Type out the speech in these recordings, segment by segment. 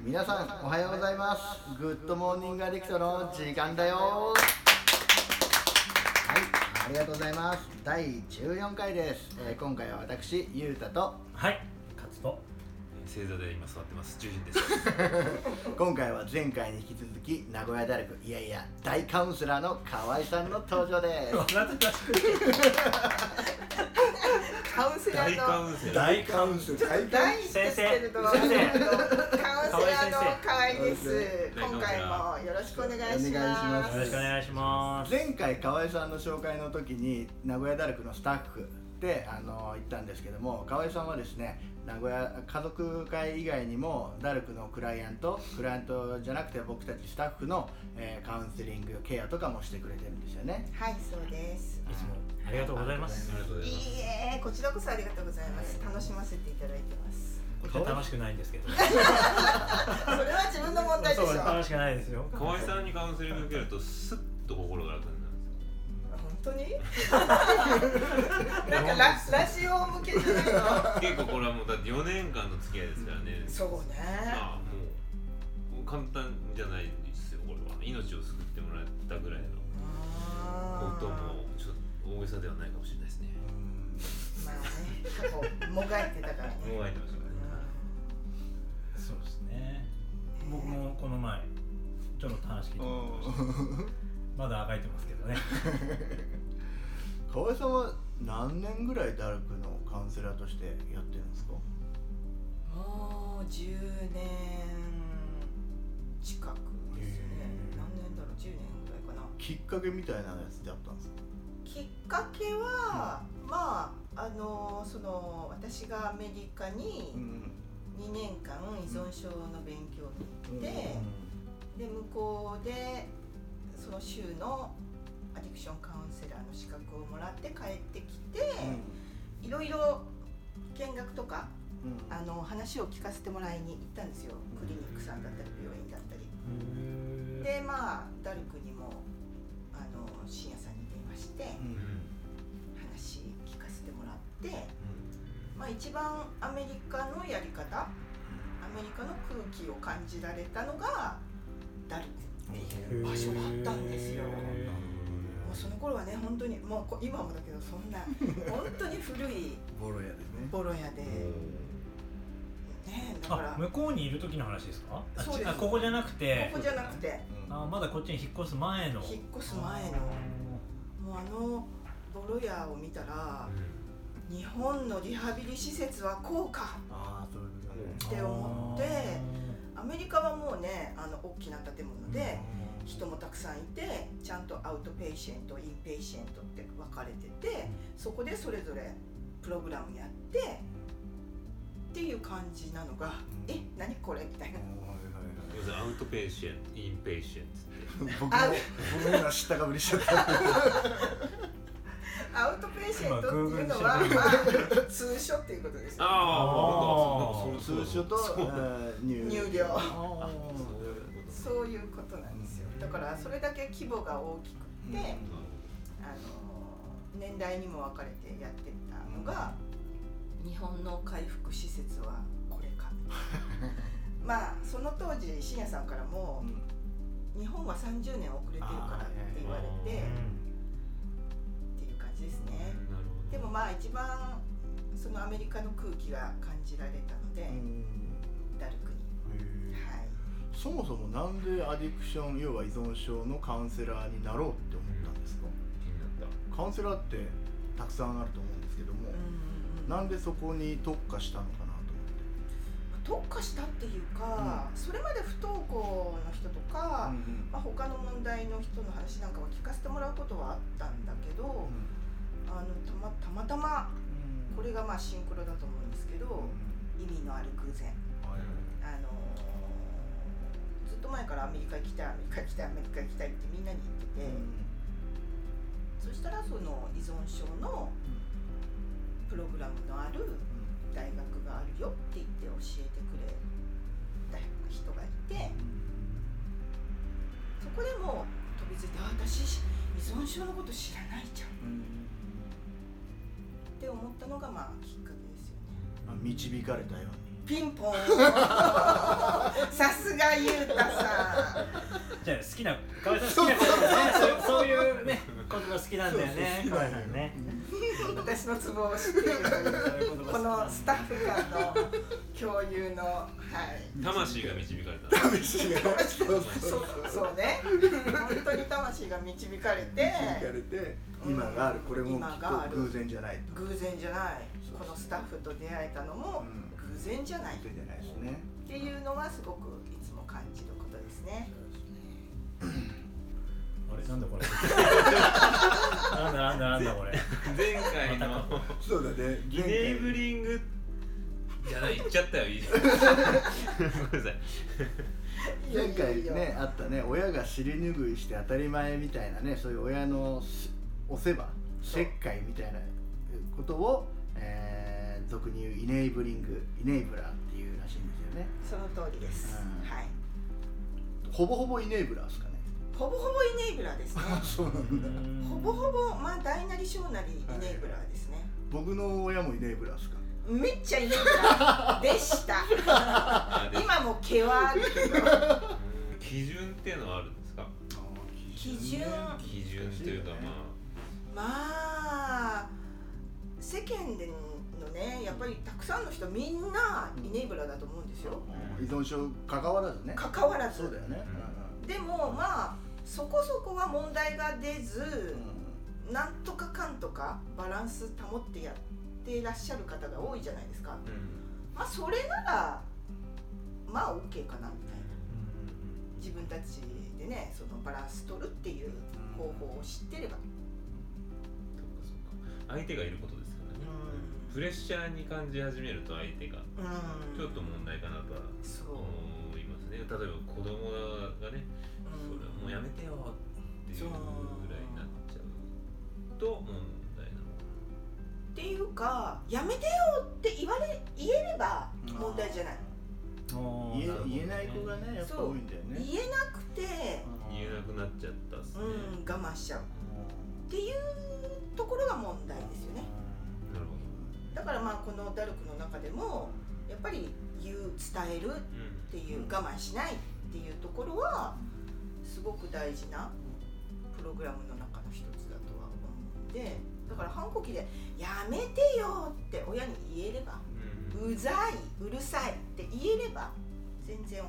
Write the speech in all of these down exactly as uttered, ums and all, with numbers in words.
皆さんおはようございます。グッドモーニングアディクトの時間だよ。はい、ありがとうございます。だいじゅうよんかいです。えー、今回は私ゆうたと、 はい、勝と正座で今座ってます中心です今回は前回に引き続き名古屋大学いやいや大カウンセラーの河合さんの登場です。 カウンセラーの大カウンセラー大カウンセラーちょっと大って言ってるとカウンセラーの河合です。今回もよろしくお願いします。 よろしくお願いします。 前回河合さんの紹介の時に名古屋大学のスタッフであの行ったんですけども、河合さんはですね名古屋家族会以外にもダルクのクライアントクライアントじゃなくて僕たちスタッフの、えー、カウンセリングケアとかもしてくれてるんですよね。 はい、そうです。 いつもありがとうございます。 いいえ、こちらこそありがとうございます。楽しませていただいてます。 こっちは楽しくないんですけど。 それは自分の問題でしょ。 そう、楽しくないですよ。 河合さんにカウンセリング受けるとスッと心が楽になるんですよ。 本当に？なんかララジオ向けじゃないの？ 結構これはもうだってよねんかんの付き合いですからね。 そうね。 まあもう簡単じゃないですよこれは。命を救ってもらったぐらいのこともちょっと大げさではないかもしれないですね。 まあね、過去もがいてたからね。 もがいてましたからね。 そうですね。僕もこの前ちょっと話聞いてもらいました。まだあがいてますけどね。 河合さんは何年ぐらいダルクのカウンセラーとしてやってるんですか？ もうじゅうねん近くですね。何年だろう、じゅうねんぐらいかな。 きっかけみたいなやつってあったんですか？ きっかけは、うん、まああのその私がアメリカににねんかん依存症の勉強に行って、うん、で向こうでその州のアディクションカウンセラーの資格をもらって帰ってきて、うん、いろいろ見学とか、うん、あの話を聞かせてもらいに行ったんですよ。クリニックさんだったり病院だったり、うん、でまあダルクにもあの深夜さんに電話して、うん、話聞かせてもらって、うん、まあ一番アメリカのやり方、アメリカの空気を感じられたのがダルクっていう場所だったんですよ。もうその頃はね、本当にもう今もだけどそんな本当に古いボロ屋ですね。 ボロ屋で、ね、だから向こうにいる時の話ですか？ そうです。 あ、ここじゃなくて、 ここじゃなくて、 あ、まだこっちに引っ越す前の。 引っ越す前の、もうあのボロ屋を見たら、うん、日本のリハビリ施設はこうかって思って、アメリカはもうね、あの大きな建物で人もたくさんいて、ちゃんとアウトペイシェント、インペイシェントって分かれてて、そこでそれぞれプログラムやってっていう感じなのが、うん、え、何これみたいな。 アウトペイシェント、インペイシェントって僕も僕も今知ったかぶりしちゃった。 アウトペイシェントっていうのは、まあ、通所っていうことですよ、ね。 ああ、 通所と入寮。そういうことなんですよ。だからそれだけ規模が大きくて、うん、あの年代にも分かれてやってたのが、日本の回復施設はこれか。まあその当時深夜さんからも、うん、日本はさんじゅうねん遅れてるからって言われて、っていう感じですね。でもまあ一番そのアメリカの空気が感じられたので、ダルクに。はい。 そもそもなんでアディクション、要は依存症のカウンセラーになろうって思ったんですか？カウンセラーってたくさんあると思うんですけども、なんでそこに特化したのかなと思って。特化したっていうか、うん、それまで不登校の人とか、うんうん、まあ、他の問題の人の話なんかは聞かせてもらうことはあったんだけど、うん、あのたまたまたま、うん、これがまあシンクロだと思うんですけど、うん、意味のある偶然、はい、あのずっと前からアメリカ行きたいアメリカ行きたいアメリカ行きたいってみんなに言ってて、うん、そしたらその依存症のプログラムのある大学があるよって言って教えてくれた人がいて、そこでも飛びついて、あ、私依存症のこと知らないじゃん、うん、って思ったのがまあきっかけですよね。 導かれたように。 ピンポンさす裕太さじゃあ好きな河合さん好きなことねそうそういうねことが好きなんだよね河合さんねん私のツボを知っているというこのスタッフ間の共有のはい魂が導かれた魂がそうそうそうそうね本当に魂が導かれて導かれて今があるこれもき今があるっと偶然じゃないと偶然じゃないこのスタッフと出会えたのも偶然じゃないっ偶然じゃないですねていうのはすごくいつも感じることですね。 あれなんだこれなんだなんだなんだこれ前回のそうだねイネーブリングじゃない言っちゃったよいいごめんなさい前回ねあったね親が尻拭いして当たり前みたいなねそういう親のお世話そう切開みたいなことを、えー、俗に言うイネーブリングイネーブラーっていうらしいんですよねその通りです。 うんはい。 ほぼほぼイネーブラーですかねほぼほぼイネーブラーですね。 そうなんだほぼほぼまあ大なり小なりイネーブラーですね。 僕の親もイネーブラーですかめっちゃイネーブラーでした。今も毛はあるけど。 基準っていうのはあるんですか基準基準というかままあ世間でのねやっぱりたくさんの人みんなイネーブラーだと思うんですよ。 依存症関わらずね関わらず。 そうだよね、 でもまあそこそこは問題が出ず、なんとかかんとかバランス保ってやっていらっしゃる方が多いじゃないですか。 あ、うんまあそれならまあ OK かなみたいな。自分たちでねそのバランス取るっていう方法を知ってれば。 そうかそうか相手がいることですよね、プレッシャーに感じ始めると相手がちょっと問題かなとは思いますね。例えば子供がね、それもうやめてよっていうぐらいになっちゃうと問題なのっていうかやめてよって言われ言えれば問題じゃない。 言え言えない子がねやっぱ多いんだよね言えなくて、 言えなくなっちゃったっすね、 うん、我慢しちゃうっていうところが問題ですよね。 なるほだからまあこのダルクの中でもやっぱり言う伝えるど、 っていう我慢しないっていうところはすごく大事なプログラムの中の一つだとは思うんで、だから反抗期でやめてよって親に言えれば、 うん、 うざいうるさいって言えれば全然 OK。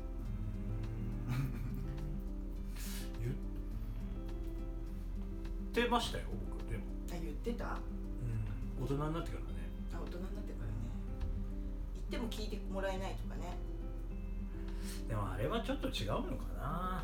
言ってましたよ僕でも、 あ言ってた？ うん、大人になってからねあ大人になってからね言っても聞いてもらえないとかね。 でもあれはちょっと違うのかな。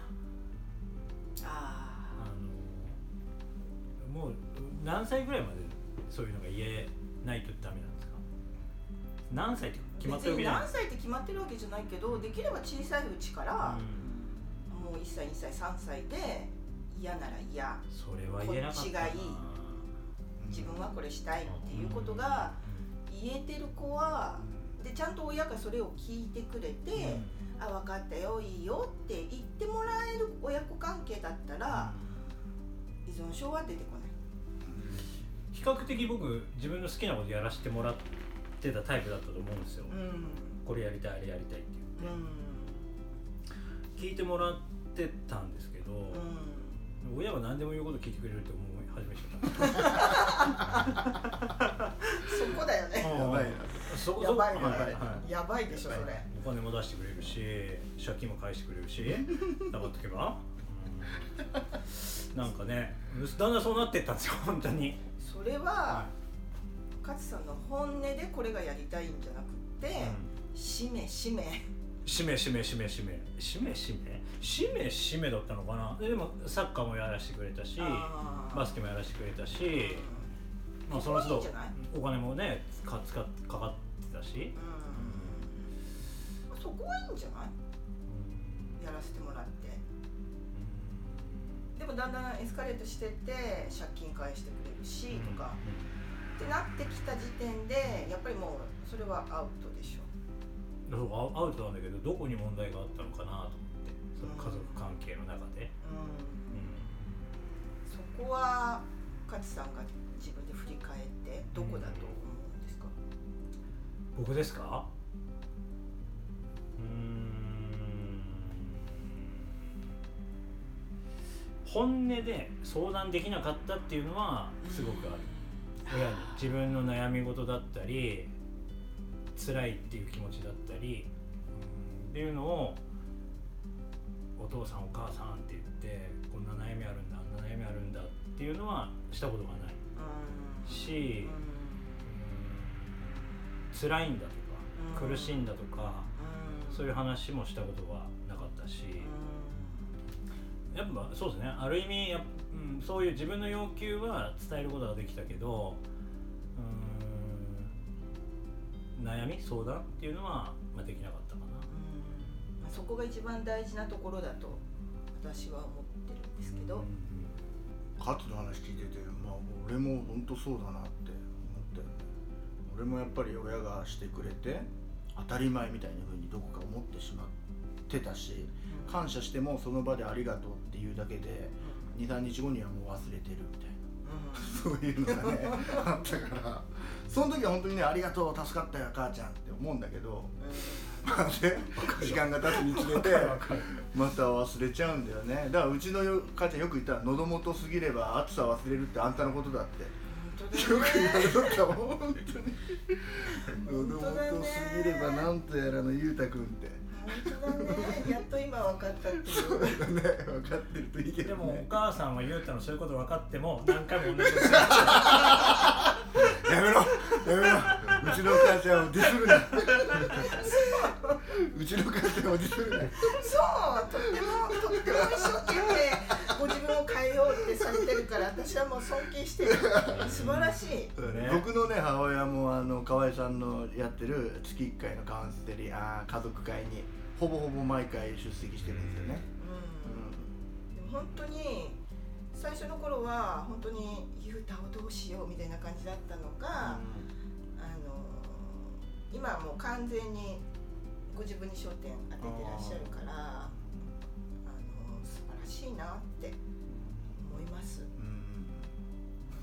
ああのもう何歳ぐらいまでそういうのが言えないとダメなんですか。何歳って決まってるわけじゃない。 別に何歳って決まってるわけじゃないけど、できれば小さいうちから、もういっさいにさいさんさいで嫌なら嫌、 それは言えなかったな。 こっちがいい、自分はこれしたいっていうことが言えてる子はでちゃんと親がそれを聞いてくれて、あ分かったよいいよって言ってもらえる親子関係だったら、依存症は出てこない。 比較的僕自分の好きなことやらせてもらってたタイプだったと思うんですよ、 うん、 これやりたいあれやりたいって言って、うん、聞いてもらってたんですけど、うん、親は何でも言うこと聞いてくれるって思い始めちゃったそこだよね。 やばいなそやばいやばい、 はい、 やばいでしょそれ。 お金も出してくれるし借金も返してくれるし黙っとけば、うん、なんかねだんだんそうなってったんですよ本当に。 それは勝さんの本音でこれがやりたいんじゃなくて、うん、しめしめしめしめしめしめしめしめしめしめだったのかな。でもサッカーもやらせてくれたしバスケもやらせてくれたし、うん、まあその都度お金もねか使っかかってたし、 うん、そこはいいんじゃない、うん、やらせてもらって、うん、でもだんだんエスカレートしてって借金返してくれるし、うん、とか、うん、ってなってきた時点でやっぱりもうそれはアウトでしょ。 そうアウトなんだけどどこに問題があったのかなと思ってその家族関係の中で、うんうん、 そこは勝さんが自分で振り返ってどこだと思うんですか。 僕ですか。うーん本音で相談できなかったっていうのはすごくある。親に自分の悩み事だったり辛いっていう気持ちだったり、うん、っていうのをお父さんお母さんって言ってこんな悩みあるんだあんな悩みあるんだっていうのはしたことがないし、うん、辛いんだとか苦しいんだとかそういう話もしたことはなかったし、やっぱそうですね、ある意味や、うん、そういう自分の要求は伝えることができたけど、うーん悩み相談っていうのは、まあ、できなかったかな。 うん、まあ、そこが一番大事なところだと私は思ってるんですけど、 カツの話聞いてて、まあ、俺も本当そうだなって思ったよね。俺もやっぱり親がしてくれて当たり前みたいな風にどこか思ってしまってたし、うん、感謝してもその場でありがとうっていうだけで、うん、にさんにちごにはもう忘れてるみたいな、うん、そういうのがねあったから、その時は本当にね、ありがとう助かったよ母ちゃんって思うんだけど、うん、まあね、時間が経つにつれてまた忘れちゃうんだよね。だからうちの母ちゃんよく言ったら、喉元過ぎれば暑さ忘れるってあんたのことだってよく言われとったもん、本当に喉元過ぎればなんとやらのゆうたくんって本当だね、やっと今分かったっていうそうだね、 分かってるといいけどね。 でもお母さんはゆうたのそういうこと分かっても何回も同じことやめろやめろ、うちの母ちゃんをディスるなうちの母ちゃんをディスるな。 そう、とってもとっても一生懸命ご自分を変えようってされてるから、私はもう尊敬してる素晴らしい、 ね、僕のね母親もあの河合さんのやってる月いっかいのカウンセリング、あ家族会にほぼほぼ毎回出席してるんですよね。 うん、うん、でも本当に最初の頃は本当にゆうたをどうしようみたいな感じだったのが、うん、あの今はもう完全にご自分に焦点当ててらっしゃるから、あの素晴らしいなって思います。うん、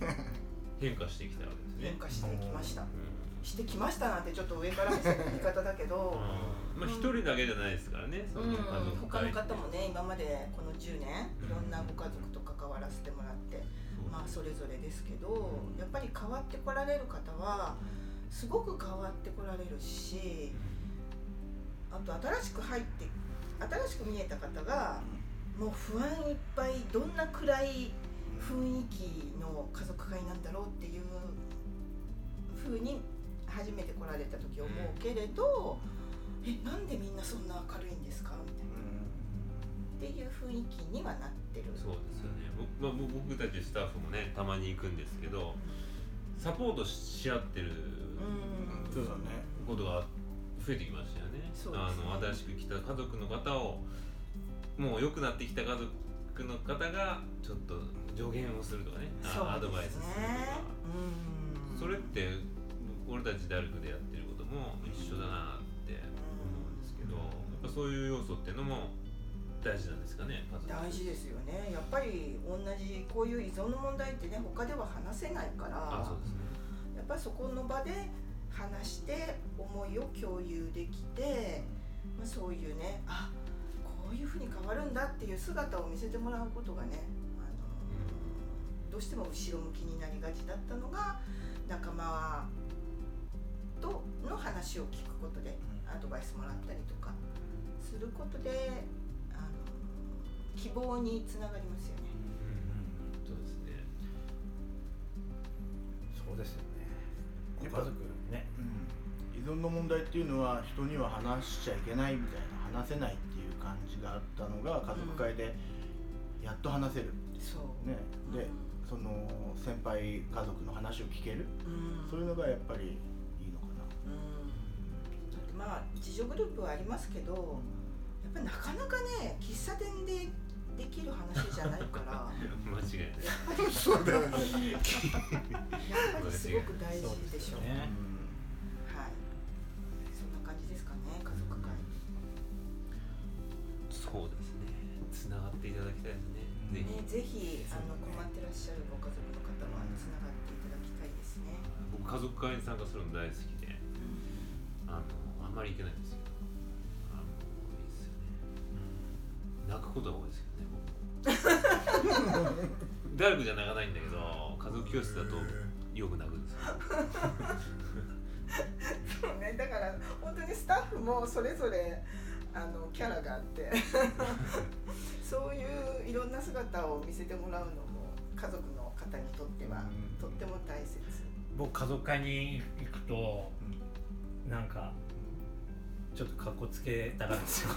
変化してきたわけですね。 変化してきました。してきましたなんてちょっと上から見せる言い方だけど、 まあ一人だけじゃないですからね。その他の方もね、今までこのじゅうねんいろんなご家族と関わらせてもらって、まあそれぞれですけど、やっぱり変わってこられる方はすごく変わってこられるし、あと新しく入って新しく見えた方がもう不安いっぱい、どんな暗い雰囲気の家族会なんだろうっていう風に初めて来られた時思うけれど、え、なんでみんなそんな明るいんですかみたいな、うん、っていう雰囲気にはなってる。 そうですよね。僕、まあ、僕たちスタッフもねたまに行くんですけど、サポートし合ってることが増えてきましたよね。そうですね。あの新しく来た家族の方を、もう良くなってきた家族の方がちょっと助言をするとかね、アドバイスするとか、うん、それって俺たちダルクでやってることも一緒だなって思うんですけど、やっぱそういう要素っていうのも大事なんですかね。 大事ですよね。やっぱり同じこういう依存の問題ってね、他では話せないから、 あ、そうですね、 やっぱりそこの場で話して思いを共有できて、まあ、そういうね、あ、こういうふうに変わるんだっていう姿を見せてもらうことがね、あの、うん、どうしても後ろ向きになりがちだったのが、仲間との話を聞くことでアドバイスもらったりとかすることで、あの希望につながりますよね。 うん、そうですね。 そうですよね。ご家族ね、 うん、依存の問題っていうのは人には話しちゃいけないみたいな、話せないっていう感じがあったのが家族会でやっと話せる、うん、そうね、で、うん、その先輩家族の話を聞ける、うん、そういうのがやっぱりまあ自助グループはありますけど、やっぱりなかなかね、喫茶店でできる話じゃないから間違いない。 やっぱりそうだよね。やっぱりすごく大事でしょう。ね、はい。そんな感じですかね、家族会。 そうですね。つながっていただきたいですね。 ね、ぜひあの困ってらっしゃるご家族の方はつながっていただきたいですね。 僕家族会に参加するの大好きで、うん、あのあんまり行けないんですけど、あのいいですよね。うん、泣くことが多いですけどね、僕。 ダルクじゃ泣かないんだけど、家族教室だとよく泣くんですよ。 そうね、だから本当にスタッフもそれぞれあのキャラがあってそういういろんな姿を見せてもらうのも家族の方にとってはとっても大切。 僕家族会に行くと、うん、なんかちょっと格好つけたがるんですよ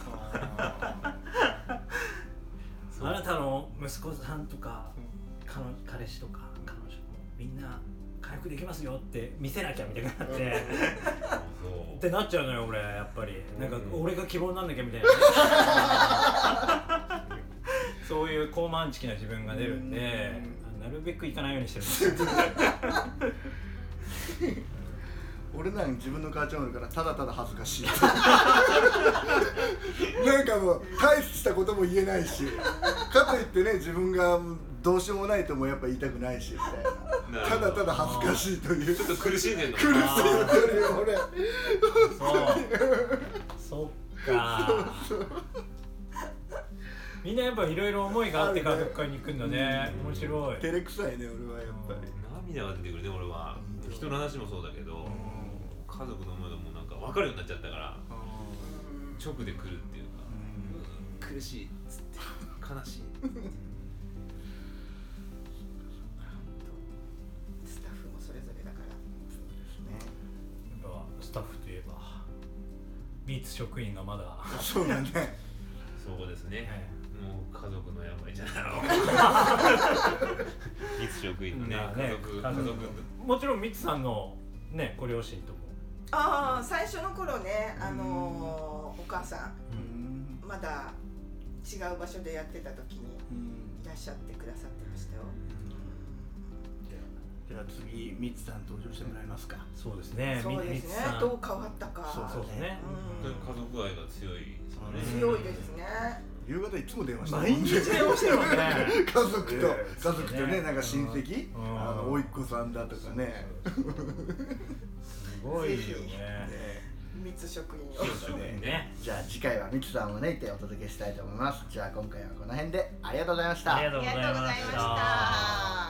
あなたの息子さんとか、うん、彼, 彼氏とか彼女もみんな回復できますよって見せなきゃみたいになって、うん、ってなっちゃうのよ俺やっぱりなんか俺が希望なんなきゃみたいな、ね、そういう高慢ちきな自分が出るんで、うん、なるべく行かないようにしてるんですよ俺なんか自分の母ちゃんおるからただただ恥ずかしいなんかもう大したことも言えないしかといってね自分がどうしようもないともやっぱ言いたくないしみたいなただただ恥ずかしいというちょっと苦しんでんの苦しいよ俺そうそっかみんなやっぱいろいろ思いがあって家族会に行くんだね、面白い。 照れくさいね俺はやっぱり涙が出てくるね俺は、うん、人の話もそうだけど、うん、家族の思いがもうなんか分かるようになっちゃったから、うん、直で来るっていうか、うん、苦しいっつって悲しいスタッフもそれぞれだからそうですね。 やっぱスタッフといえばビーツ職員がまだそうだねそうですね、はい、もう家族の病じゃないのミツ職員のね、ね、家族、家族もちろんミツさんのねご両親ともああ最初の頃ねあのー、お母さん、ん、まだ違う場所でやってた時にいらっしゃってくださってましたよ。 じゃあ次ミツさん登場してもらえますか。 そうですね。 そうですね。どう変わったか。 そうですね。 家族愛が強いですね。 強いですね。 夕方いつも電話して毎日電話してるもんね。 家族と家族とねなんか親戚あの甥っ子さんだとかね。 すごいよね。 ミツ職員をね。 じゃあ次回はミツさんをねいてお届けしたいと思います。じゃあ今回はこの辺でありがとうございました。 ありがとうございました。